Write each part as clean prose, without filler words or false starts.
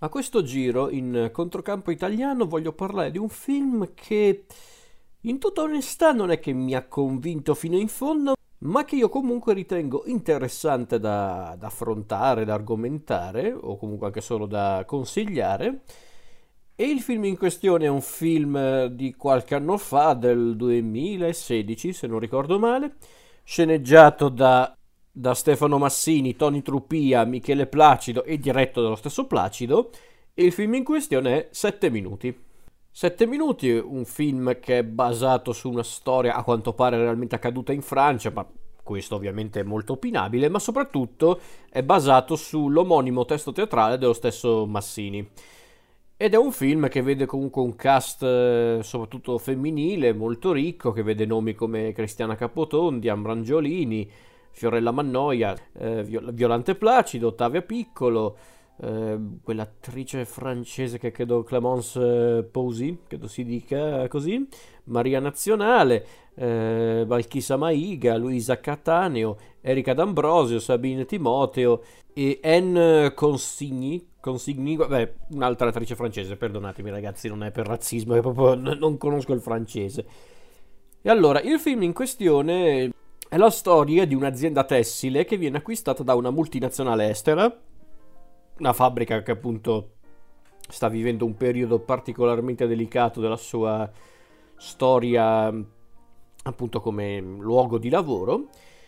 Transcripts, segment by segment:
A questo giro, in controcampo italiano, voglio parlare di un film che, in tutta onestà, non è che mi ha convinto fino in fondo, ma che io comunque ritengo interessante da affrontare, da argomentare, o comunque anche solo da consigliare. E il film in questione è un film di qualche anno fa, del 2016, se non ricordo male, sceneggiato da Stefano Massini, Tony Trupia, Michele Placido e diretto dallo stesso Placido. E il film in questione è 7 minuti. 7 minuti, un film che è basato su una storia a quanto pare realmente accaduta in Francia, ma questo ovviamente è molto opinabile, ma soprattutto è basato sull'omonimo testo teatrale dello stesso Massini. Ed è un film che vede comunque un cast soprattutto femminile molto ricco, che vede nomi come Cristiana Capotondi, Ambrangiolini, Fiorella Mannoia, Violante Placido, Ottavia Piccolo, quell'attrice francese che credo Clémence Pousy, credo si dica così, Maria Nazionale, Valchisa Maiga, Luisa Cattaneo, Erika D'Ambrosio, Sabine Timoteo e Anne Consigny, vabbè, un'altra attrice francese, perdonatemi ragazzi, non è per razzismo, è proprio non conosco il francese. E allora, il film in questione è la storia di un'azienda tessile che viene acquistata da una multinazionale estera, una fabbrica che appunto sta vivendo un periodo particolarmente delicato della sua storia, appunto come luogo di lavoro.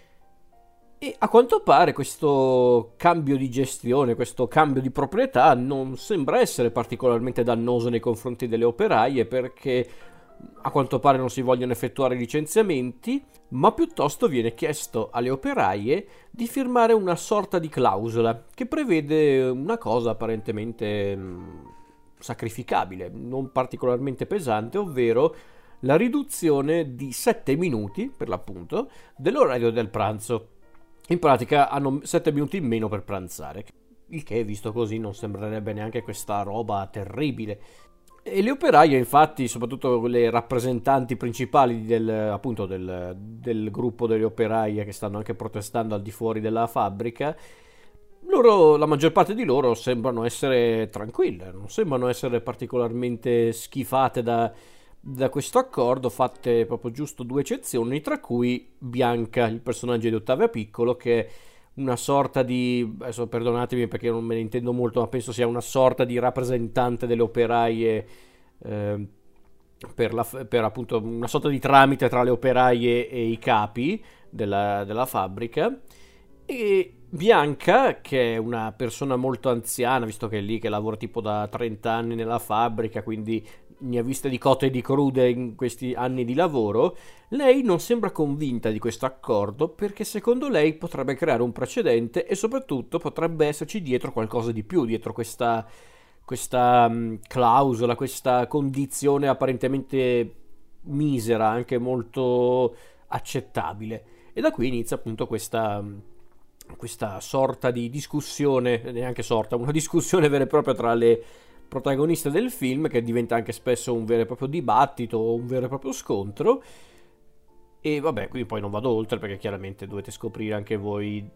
E a quanto pare questo cambio di gestione, questo cambio di proprietà non sembra essere particolarmente dannoso nei confronti delle operaie, perché a quanto pare non si vogliono effettuare licenziamenti, ma piuttosto viene chiesto alle operaie di firmare una sorta di clausola che prevede una cosa apparentemente sacrificabile, non particolarmente pesante, ovvero la riduzione di 7 minuti, per l'appunto, dell'orario del pranzo. In pratica hanno 7 minuti in meno per pranzare, il che visto così non sembrerebbe neanche questa roba terribile. E le operaie, infatti, soprattutto le rappresentanti principali del gruppo delle operaie che stanno anche protestando al di fuori della fabbrica, la maggior parte di loro sembrano essere tranquille, non sembrano essere particolarmente schifate da questo accordo, fatte proprio giusto due eccezioni, tra cui Bianca, il personaggio di Ottavia Piccolo, che è una sorta di, adesso perdonatemi perché non me ne intendo molto, ma penso sia una sorta di rappresentante delle operaie, per appunto una sorta di tramite tra le operaie e i capi della fabbrica. E Bianca, che è una persona molto anziana, visto che è lì che lavora tipo da 30 anni nella fabbrica, quindi ne ha viste di cotte e di crude in questi anni di lavoro, lei non sembra convinta di questo accordo perché secondo lei potrebbe creare un precedente e soprattutto potrebbe esserci dietro qualcosa di più, dietro questa clausola, questa condizione apparentemente misera, anche molto accettabile. E da qui inizia appunto questa sorta di discussione, neanche sorta, una discussione vera e propria tra le protagoniste del film, che diventa anche spesso un vero e proprio dibattito o un vero e proprio scontro. E vabbè, quindi poi non vado oltre perché chiaramente dovete scoprire anche voi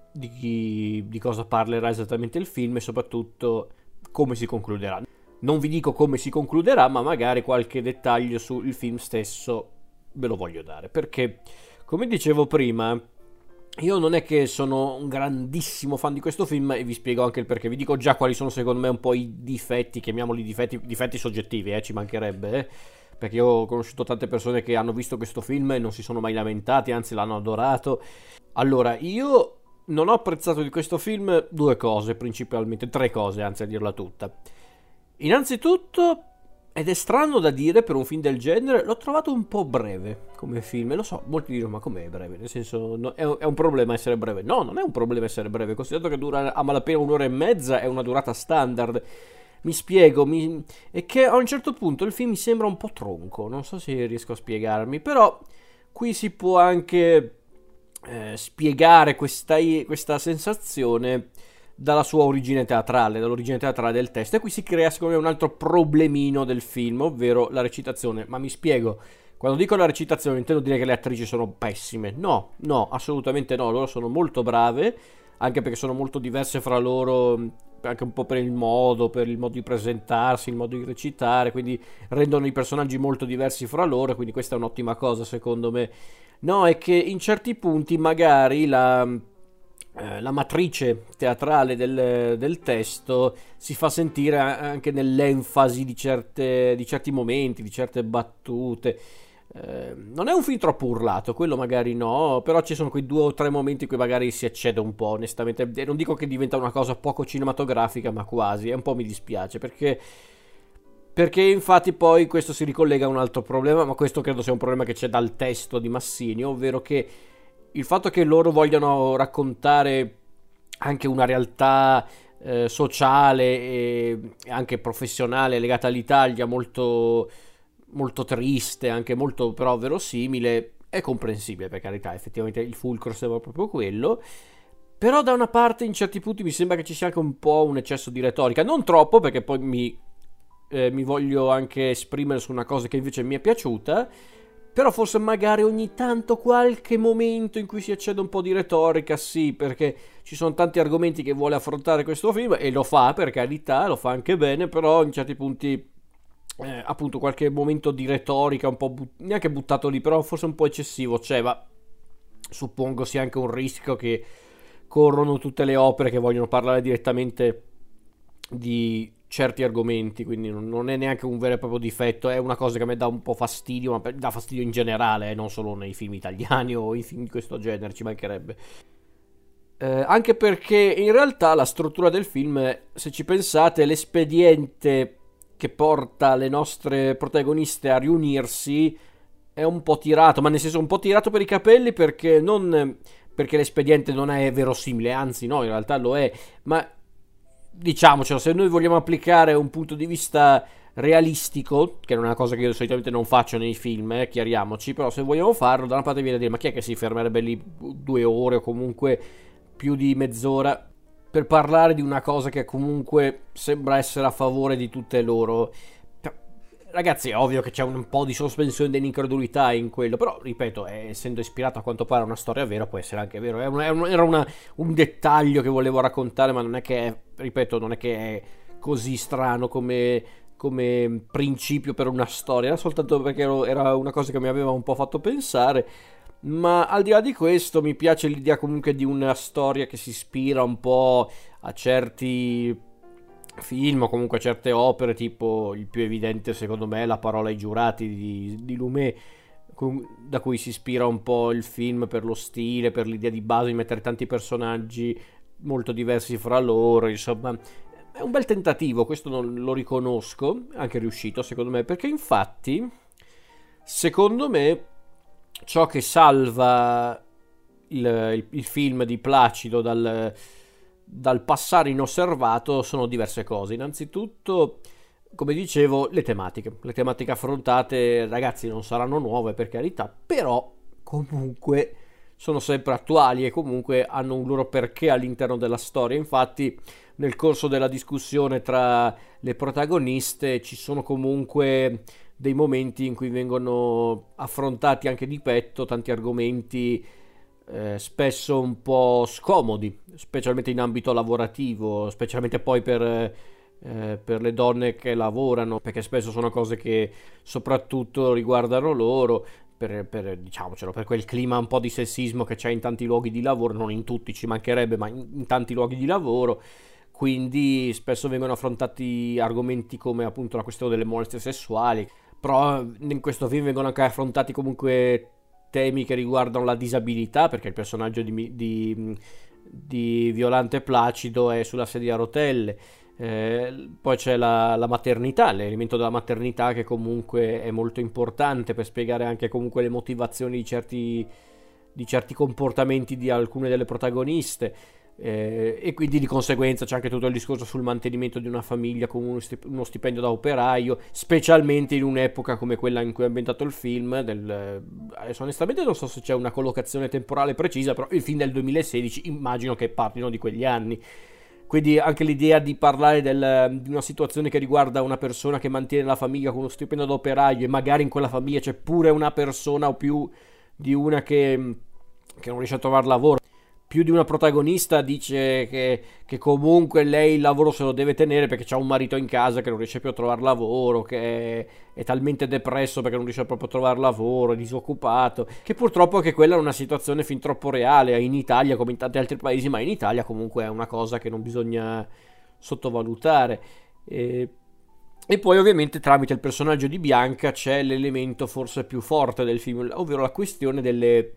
di cosa parlerà esattamente il film e soprattutto come si concluderà. Non vi dico come si concluderà, ma magari qualche dettaglio sul film stesso ve lo voglio dare, perché come dicevo prima, io non è che sono un grandissimo fan di questo film e vi spiego anche il perché. Vi dico già quali sono secondo me un po' i difetti, chiamiamoli difetti soggettivi, ci mancherebbe, perché io ho conosciuto tante persone che hanno visto questo film e non si sono mai lamentati, anzi l'hanno adorato. Allora, io non ho apprezzato di questo film due cose, principalmente tre cose, anzi a dirla tutta. Innanzitutto, ed è strano da dire per un film del genere, l'ho trovato un po' breve come film. Lo so, molti dicono ma com'è breve? Nel senso, no, è un problema essere breve? No, non è un problema essere breve, considerato che dura a malapena un'ora e mezza, è una durata standard. Mi spiego, è che a un certo punto il film mi sembra un po' tronco, non so se riesco a spiegarmi, però qui si può anche spiegare questa sensazione dalla sua origine teatrale, dall'origine teatrale del testo, e qui si crea secondo me un altro problemino del film, ovvero la recitazione. Ma mi spiego, quando dico la recitazione intendo dire che le attrici sono pessime. No, assolutamente no, loro sono molto brave, anche perché sono molto diverse fra loro anche un po' per il modo di presentarsi, il modo di recitare, quindi rendono i personaggi molto diversi fra loro, e quindi questa è un'ottima cosa secondo me. No, è che in certi punti magari la matrice teatrale del testo si fa sentire anche nell'enfasi di certi momenti, di certe battute. Non è un film troppo urlato, quello magari no, però ci sono quei 2 o 3 momenti in cui magari si eccede un po', onestamente. E non dico che diventa una cosa poco cinematografica, ma quasi, e un po' mi dispiace, perché infatti poi questo si ricollega a un altro problema, ma questo credo sia un problema che c'è dal testo di Massini, ovvero che il fatto che loro vogliano raccontare anche una realtà sociale e anche professionale legata all'Italia molto, molto triste, anche molto però verosimile, è comprensibile, per carità, effettivamente il fulcro sembra proprio quello. Però da una parte in certi punti mi sembra che ci sia anche un po' un eccesso di retorica, non troppo, perché poi mi voglio anche esprimere su una cosa che invece mi è piaciuta, però forse magari ogni tanto qualche momento in cui si accede un po' di retorica, sì, perché ci sono tanti argomenti che vuole affrontare questo film, e lo fa, per carità, lo fa anche bene, però in certi punti, appunto, qualche momento di retorica un po' neanche buttato lì, però forse un po' eccessivo c'è, ma suppongo sia anche un rischio che corrono tutte le opere che vogliono parlare direttamente di certi argomenti, quindi non è neanche un vero e proprio difetto, è una cosa che a me dà un po' fastidio, ma dà fastidio in generale, non solo nei film italiani o in film di questo genere, ci mancherebbe. Anche perché in realtà la struttura del film, se ci pensate, l'espediente che porta le nostre protagoniste a riunirsi è un po' tirato, ma nel senso un po' tirato per i capelli, perché non perché l'espediente non è verosimile, anzi no, in realtà lo è, ma diciamocelo, se noi vogliamo applicare un punto di vista realistico, che non è una cosa che io solitamente non faccio nei film, chiariamoci, però se vogliamo farlo, da una parte viene a dire, ma chi è che si fermerebbe lì 2 ore o comunque più di mezz'ora per parlare di una cosa che comunque sembra essere a favore di tutte loro? Ragazzi, è ovvio che c'è un po' di sospensione dell'incredulità in quello, però ripeto, essendo ispirato a quanto pare a una storia vera, può essere anche vero. Era un dettaglio che volevo raccontare, ma non è che ripeto, non è che è così strano come principio per una storia, era soltanto perché era una cosa che mi aveva un po' fatto pensare. Ma al di là di questo, mi piace l'idea comunque di una storia che si ispira un po' a certi film o comunque certe opere, tipo il più evidente secondo me è La parola ai giurati di Lumet, da cui si ispira un po' il film per lo stile, per l'idea di base di mettere tanti personaggi molto diversi fra loro, insomma è un bel tentativo, questo non lo riconosco, anche riuscito secondo me, perché infatti secondo me ciò che salva il film di Placido dal passare inosservato sono diverse cose. Innanzitutto, come dicevo, le tematiche affrontate, ragazzi, non saranno nuove, per carità, però comunque sono sempre attuali e comunque hanno un loro perché all'interno della storia. Infatti nel corso della discussione tra le protagoniste ci sono comunque dei momenti in cui vengono affrontati anche di petto tanti argomenti spesso un po' scomodi, specialmente in ambito lavorativo, specialmente poi per le donne che lavorano, perché spesso sono cose che soprattutto riguardano loro, diciamocelo, per quel clima un po' di sessismo che c'è in tanti luoghi di lavoro, non in tutti, ci mancherebbe, ma in tanti luoghi di lavoro. Quindi spesso vengono affrontati argomenti come appunto la questione delle molestie sessuali, però in questo film vengono anche affrontati comunque temi che riguardano la disabilità, perché il personaggio di Violante Placido è sulla sedia a rotelle. Poi c'è la maternità, l'elemento della maternità che comunque è molto importante per spiegare anche comunque le motivazioni di certi comportamenti di alcune delle protagoniste. E quindi di conseguenza c'è anche tutto il discorso sul mantenimento di una famiglia con uno stipendio da operaio, specialmente in un'epoca come quella in cui è ambientato il film adesso onestamente non so se c'è una collocazione temporale precisa, però il film del 2016 immagino che parlino di quegli anni. Quindi anche l'idea di parlare di una situazione che riguarda una persona che mantiene la famiglia con uno stipendio da operaio, e magari in quella famiglia c'è pure una persona o più di una che non riesce a trovare lavoro, più di una protagonista dice che comunque lei il lavoro se lo deve tenere perché c'ha un marito in casa che non riesce più a trovare lavoro, che è talmente depresso perché non riesce proprio a trovare lavoro, è disoccupato, che purtroppo anche quella è una situazione fin troppo reale in Italia come in tanti altri paesi, ma in Italia comunque è una cosa che non bisogna sottovalutare. E poi ovviamente tramite il personaggio di Bianca c'è l'elemento forse più forte del film, ovvero la questione delle...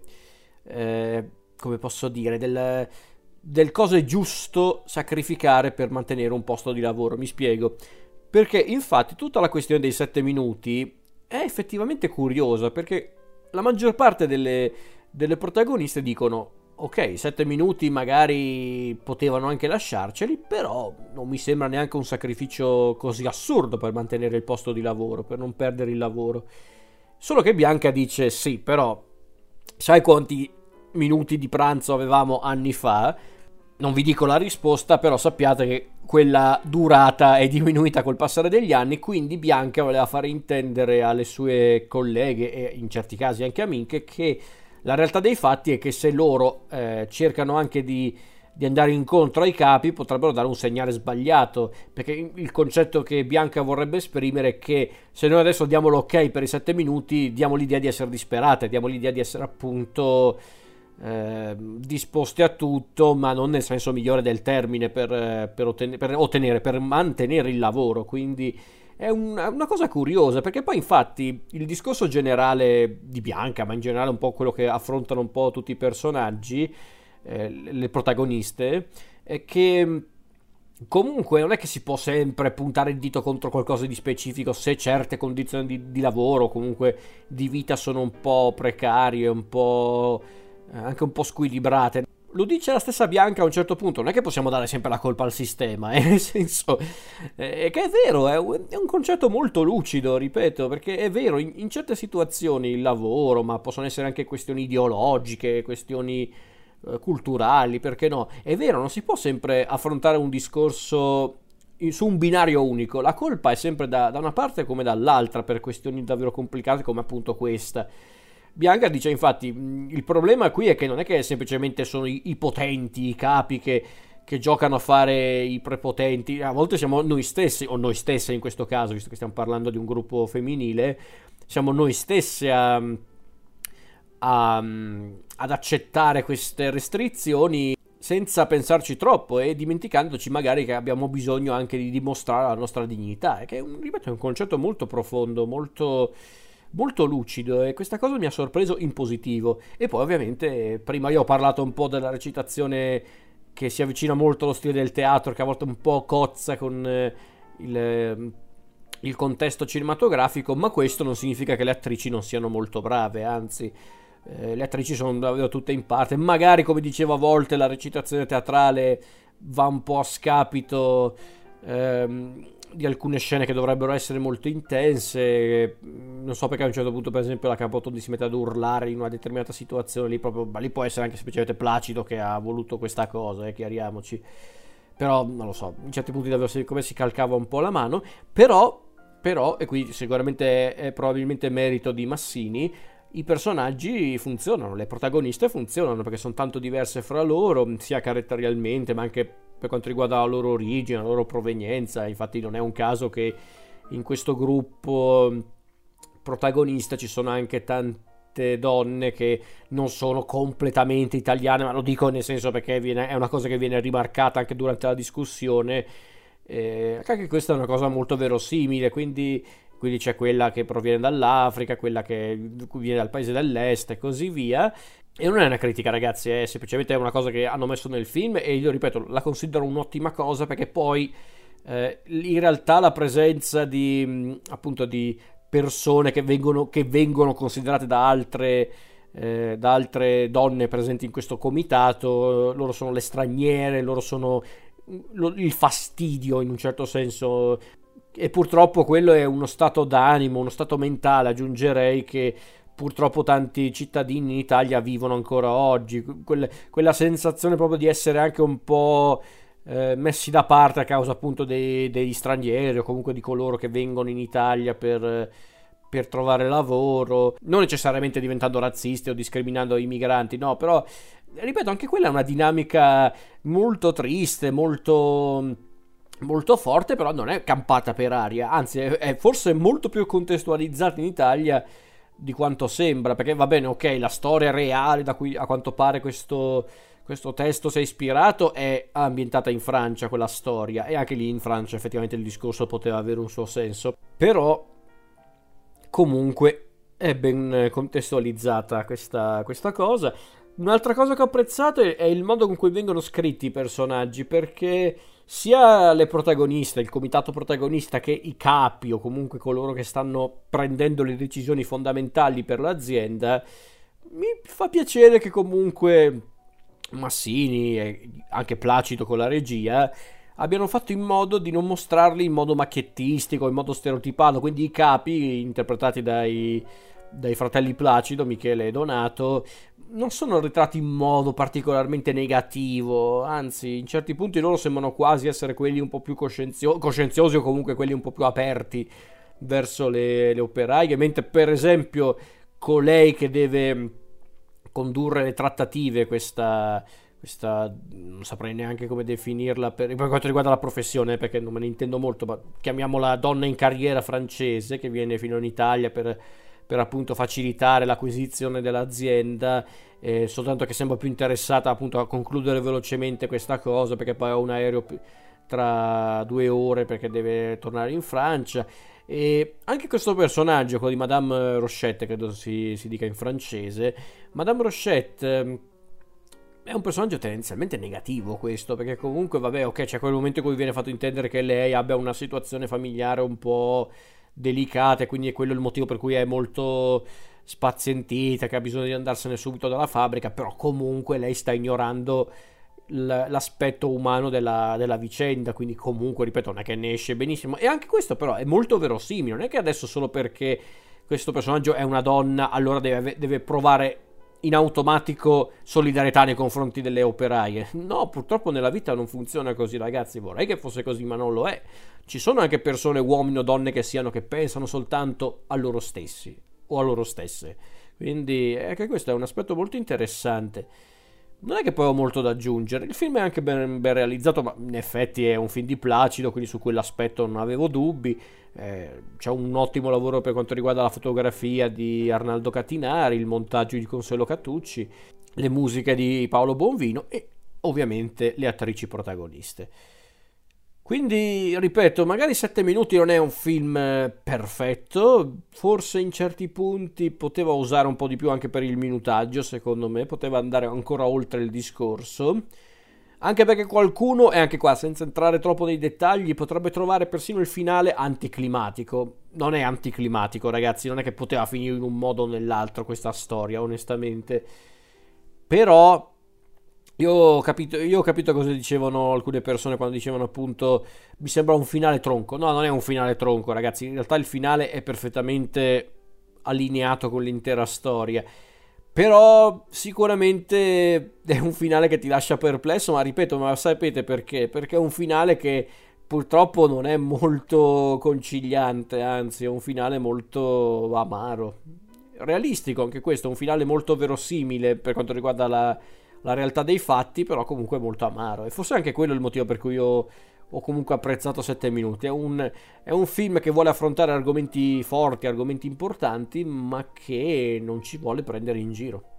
come posso dire, del cosa è giusto sacrificare per mantenere un posto di lavoro. Mi spiego. Perché infatti tutta la questione dei 7 minuti è effettivamente curiosa, perché la maggior parte delle protagoniste dicono ok, 7 minuti magari potevano anche lasciarceli, però non mi sembra neanche un sacrificio così assurdo per mantenere il posto di lavoro, per non perdere il lavoro. Solo che Bianca dice sì, però sai quanti minuti di pranzo avevamo anni fa? Non vi dico la risposta, però sappiate che quella durata è diminuita col passare degli anni, quindi Bianca voleva fare intendere alle sue colleghe e in certi casi anche amiche che la realtà dei fatti è che se loro cercano anche di andare incontro ai capi potrebbero dare un segnale sbagliato, perché il concetto che Bianca vorrebbe esprimere è che se noi adesso diamo l'ok per i 7 minuti diamo l'idea di essere disperate, diamo l'idea di essere appunto disposti a tutto, ma non nel senso migliore del termine per mantenere il lavoro. Quindi è una cosa curiosa, perché poi infatti il discorso generale di Bianca, ma in generale un po' quello che affrontano un po' tutti i personaggi, le protagoniste, è che comunque non è che si può sempre puntare il dito contro qualcosa di specifico se certe condizioni di lavoro, comunque di vita sono un po' precarie, un po' anche un po' squilibrate. Lo dice la stessa Bianca a un certo punto, non è che possiamo dare sempre la colpa al sistema, nel senso che è vero, è un concetto molto lucido, ripeto, perché è vero, in certe situazioni il lavoro, ma possono essere anche questioni ideologiche, questioni culturali, perché no? È vero, non si può sempre affrontare un discorso su un binario unico, la colpa è sempre da una parte come dall'altra per questioni davvero complicate come appunto questa. Bianca dice infatti il problema qui è che non è che semplicemente sono i potenti, i capi che giocano a fare i prepotenti, a volte siamo noi stessi, o noi stesse in questo caso, visto che stiamo parlando di un gruppo femminile, siamo noi stesse ad accettare queste restrizioni senza pensarci troppo e dimenticandoci magari che abbiamo bisogno anche di dimostrare la nostra dignità, che ripeto, è un concetto molto profondo, molto lucido, e questa cosa mi ha sorpreso in positivo. E poi ovviamente prima io ho parlato un po' della recitazione che si avvicina molto allo stile del teatro, che a volte un po' cozza con il contesto cinematografico, ma questo non significa che le attrici non siano molto brave, anzi le attrici sono davvero tutte in parte, magari come dicevo a volte la recitazione teatrale va un po' a scapito di alcune scene che dovrebbero essere molto intense. Non so perché a un certo punto per esempio la Capotondi si mette ad urlare in una determinata situazione, lì proprio, ma lì può essere anche semplicemente Placido che ha voluto questa cosa, chiariamoci, però non lo so, in certi punti davvero come si calcava un po' la mano, però e qui sicuramente è probabilmente merito di Massini, i personaggi funzionano, le protagoniste funzionano perché sono tanto diverse fra loro, sia caratterialmente ma anche per quanto riguarda la loro origine, la loro provenienza. Infatti non è un caso che in questo gruppo protagonista ci sono anche tante donne che non sono completamente italiane, ma lo dico nel senso perché è una cosa che viene rimarcata anche durante la discussione, anche questa è una cosa molto verosimile, quindi c'è quella che proviene dall'Africa, quella che viene dal paese dell'est e così via. E non è una critica, ragazzi, è semplicemente una cosa che hanno messo nel film e io ripeto, la considero un'ottima cosa perché poi in realtà la presenza di appunto di persone che vengono considerate da altre donne presenti in questo comitato, loro sono le straniere, loro sono il fastidio in un certo senso, e purtroppo quello è uno stato d'animo, uno stato mentale, aggiungerei, che purtroppo tanti cittadini in Italia vivono ancora oggi, quella sensazione proprio di essere anche un po' messi da parte a causa appunto degli stranieri o comunque di coloro che vengono in Italia per trovare lavoro, non necessariamente diventando razzisti o discriminando i migranti, no, però ripeto, anche quella è una dinamica molto triste, molto forte, però non è campata per aria, anzi è forse molto più contestualizzata in Italia di quanto sembra, perché va bene, ok, la storia reale da cui a quanto pare questo testo si è ispirato è ambientata in Francia, quella storia, e anche lì in Francia effettivamente il discorso poteva avere un suo senso, però comunque è ben contestualizzata questa cosa. Un'altra cosa che ho apprezzato è il modo con cui vengono scritti i personaggi, perché sia le protagoniste, il comitato protagonista, che i capi o comunque coloro che stanno prendendo le decisioni fondamentali per l'azienda, mi fa piacere che comunque Massini e anche Placido con la regia abbiano fatto in modo di non mostrarli in modo macchiettistico, in modo stereotipato, quindi i capi interpretati dai fratelli Placido, Michele e Donato, non sono ritratti in modo particolarmente negativo, anzi in certi punti loro sembrano quasi essere quelli un po' più coscienziosi o comunque quelli un po' più aperti verso le operaie, mentre per esempio colei che deve condurre le trattative, questa non saprei neanche come definirla per quanto riguarda la professione, perché non me ne intendo molto, ma chiamiamola donna in carriera francese, che viene fino in Italia per appunto facilitare l'acquisizione dell'azienda, soltanto che sembra più interessata appunto a concludere velocemente questa cosa, perché poi ha un aereo tra 2 ore perché deve tornare in Francia. E anche questo personaggio, quello di Madame Rochette, credo si dica in francese, Madame Rochette è un personaggio tendenzialmente negativo questo, perché comunque vabbè, ok, c'è quel momento in cui viene fatto intendere che lei abbia una situazione familiare un po' delicata e quindi è quello il motivo per cui è molto spazientita, che ha bisogno di andarsene subito dalla fabbrica, però comunque lei sta ignorando l'aspetto umano della vicenda, quindi comunque, ripeto, non è che ne esce benissimo, e anche questo però è molto verosimile, non è che adesso solo perché questo personaggio è una donna allora deve provare in automatico solidarietà nei confronti delle operaie. No, purtroppo nella vita non funziona così, ragazzi, vorrei che fosse così ma non lo è. Ci sono anche persone, uomini o donne che siano, che pensano soltanto a loro stessi o a loro stesse, quindi anche questo è un aspetto molto interessante. Non è che poi ho molto da aggiungere, il film è anche ben realizzato, ma in effetti è un film di Placido, quindi su quell'aspetto non avevo dubbi. C'è un ottimo lavoro per quanto riguarda la fotografia di Arnaldo Catinari, il montaggio di Consuelo Cattucci, le musiche di Paolo Bonvino e ovviamente le attrici protagoniste. Quindi, ripeto, magari 7 minuti non è un film perfetto, forse in certi punti poteva usare un po' di più anche per il minutaggio, secondo me, poteva andare ancora oltre il discorso, anche perché qualcuno, e anche qua senza entrare troppo nei dettagli, potrebbe trovare persino il finale anticlimatico. Non è anticlimatico, ragazzi, non è che poteva finire in un modo o nell'altro questa storia, onestamente. Però io ho capito cosa dicevano alcune persone quando dicevano appunto mi sembra un finale tronco. No, non è un finale tronco, ragazzi, in realtà il finale è perfettamente allineato con l'intera storia. Però sicuramente è un finale che ti lascia perplesso, ma ripeto, ma sapete perché? Perché è un finale che purtroppo non è molto conciliante, anzi è un finale molto amaro. Realistico anche questo, un finale molto verosimile per quanto riguarda la realtà dei fatti, però comunque molto amaro. E forse anche quello è il motivo per cui io ho comunque apprezzato 7 minuti. È un film che vuole affrontare argomenti forti, argomenti importanti, ma che non ci vuole prendere in giro.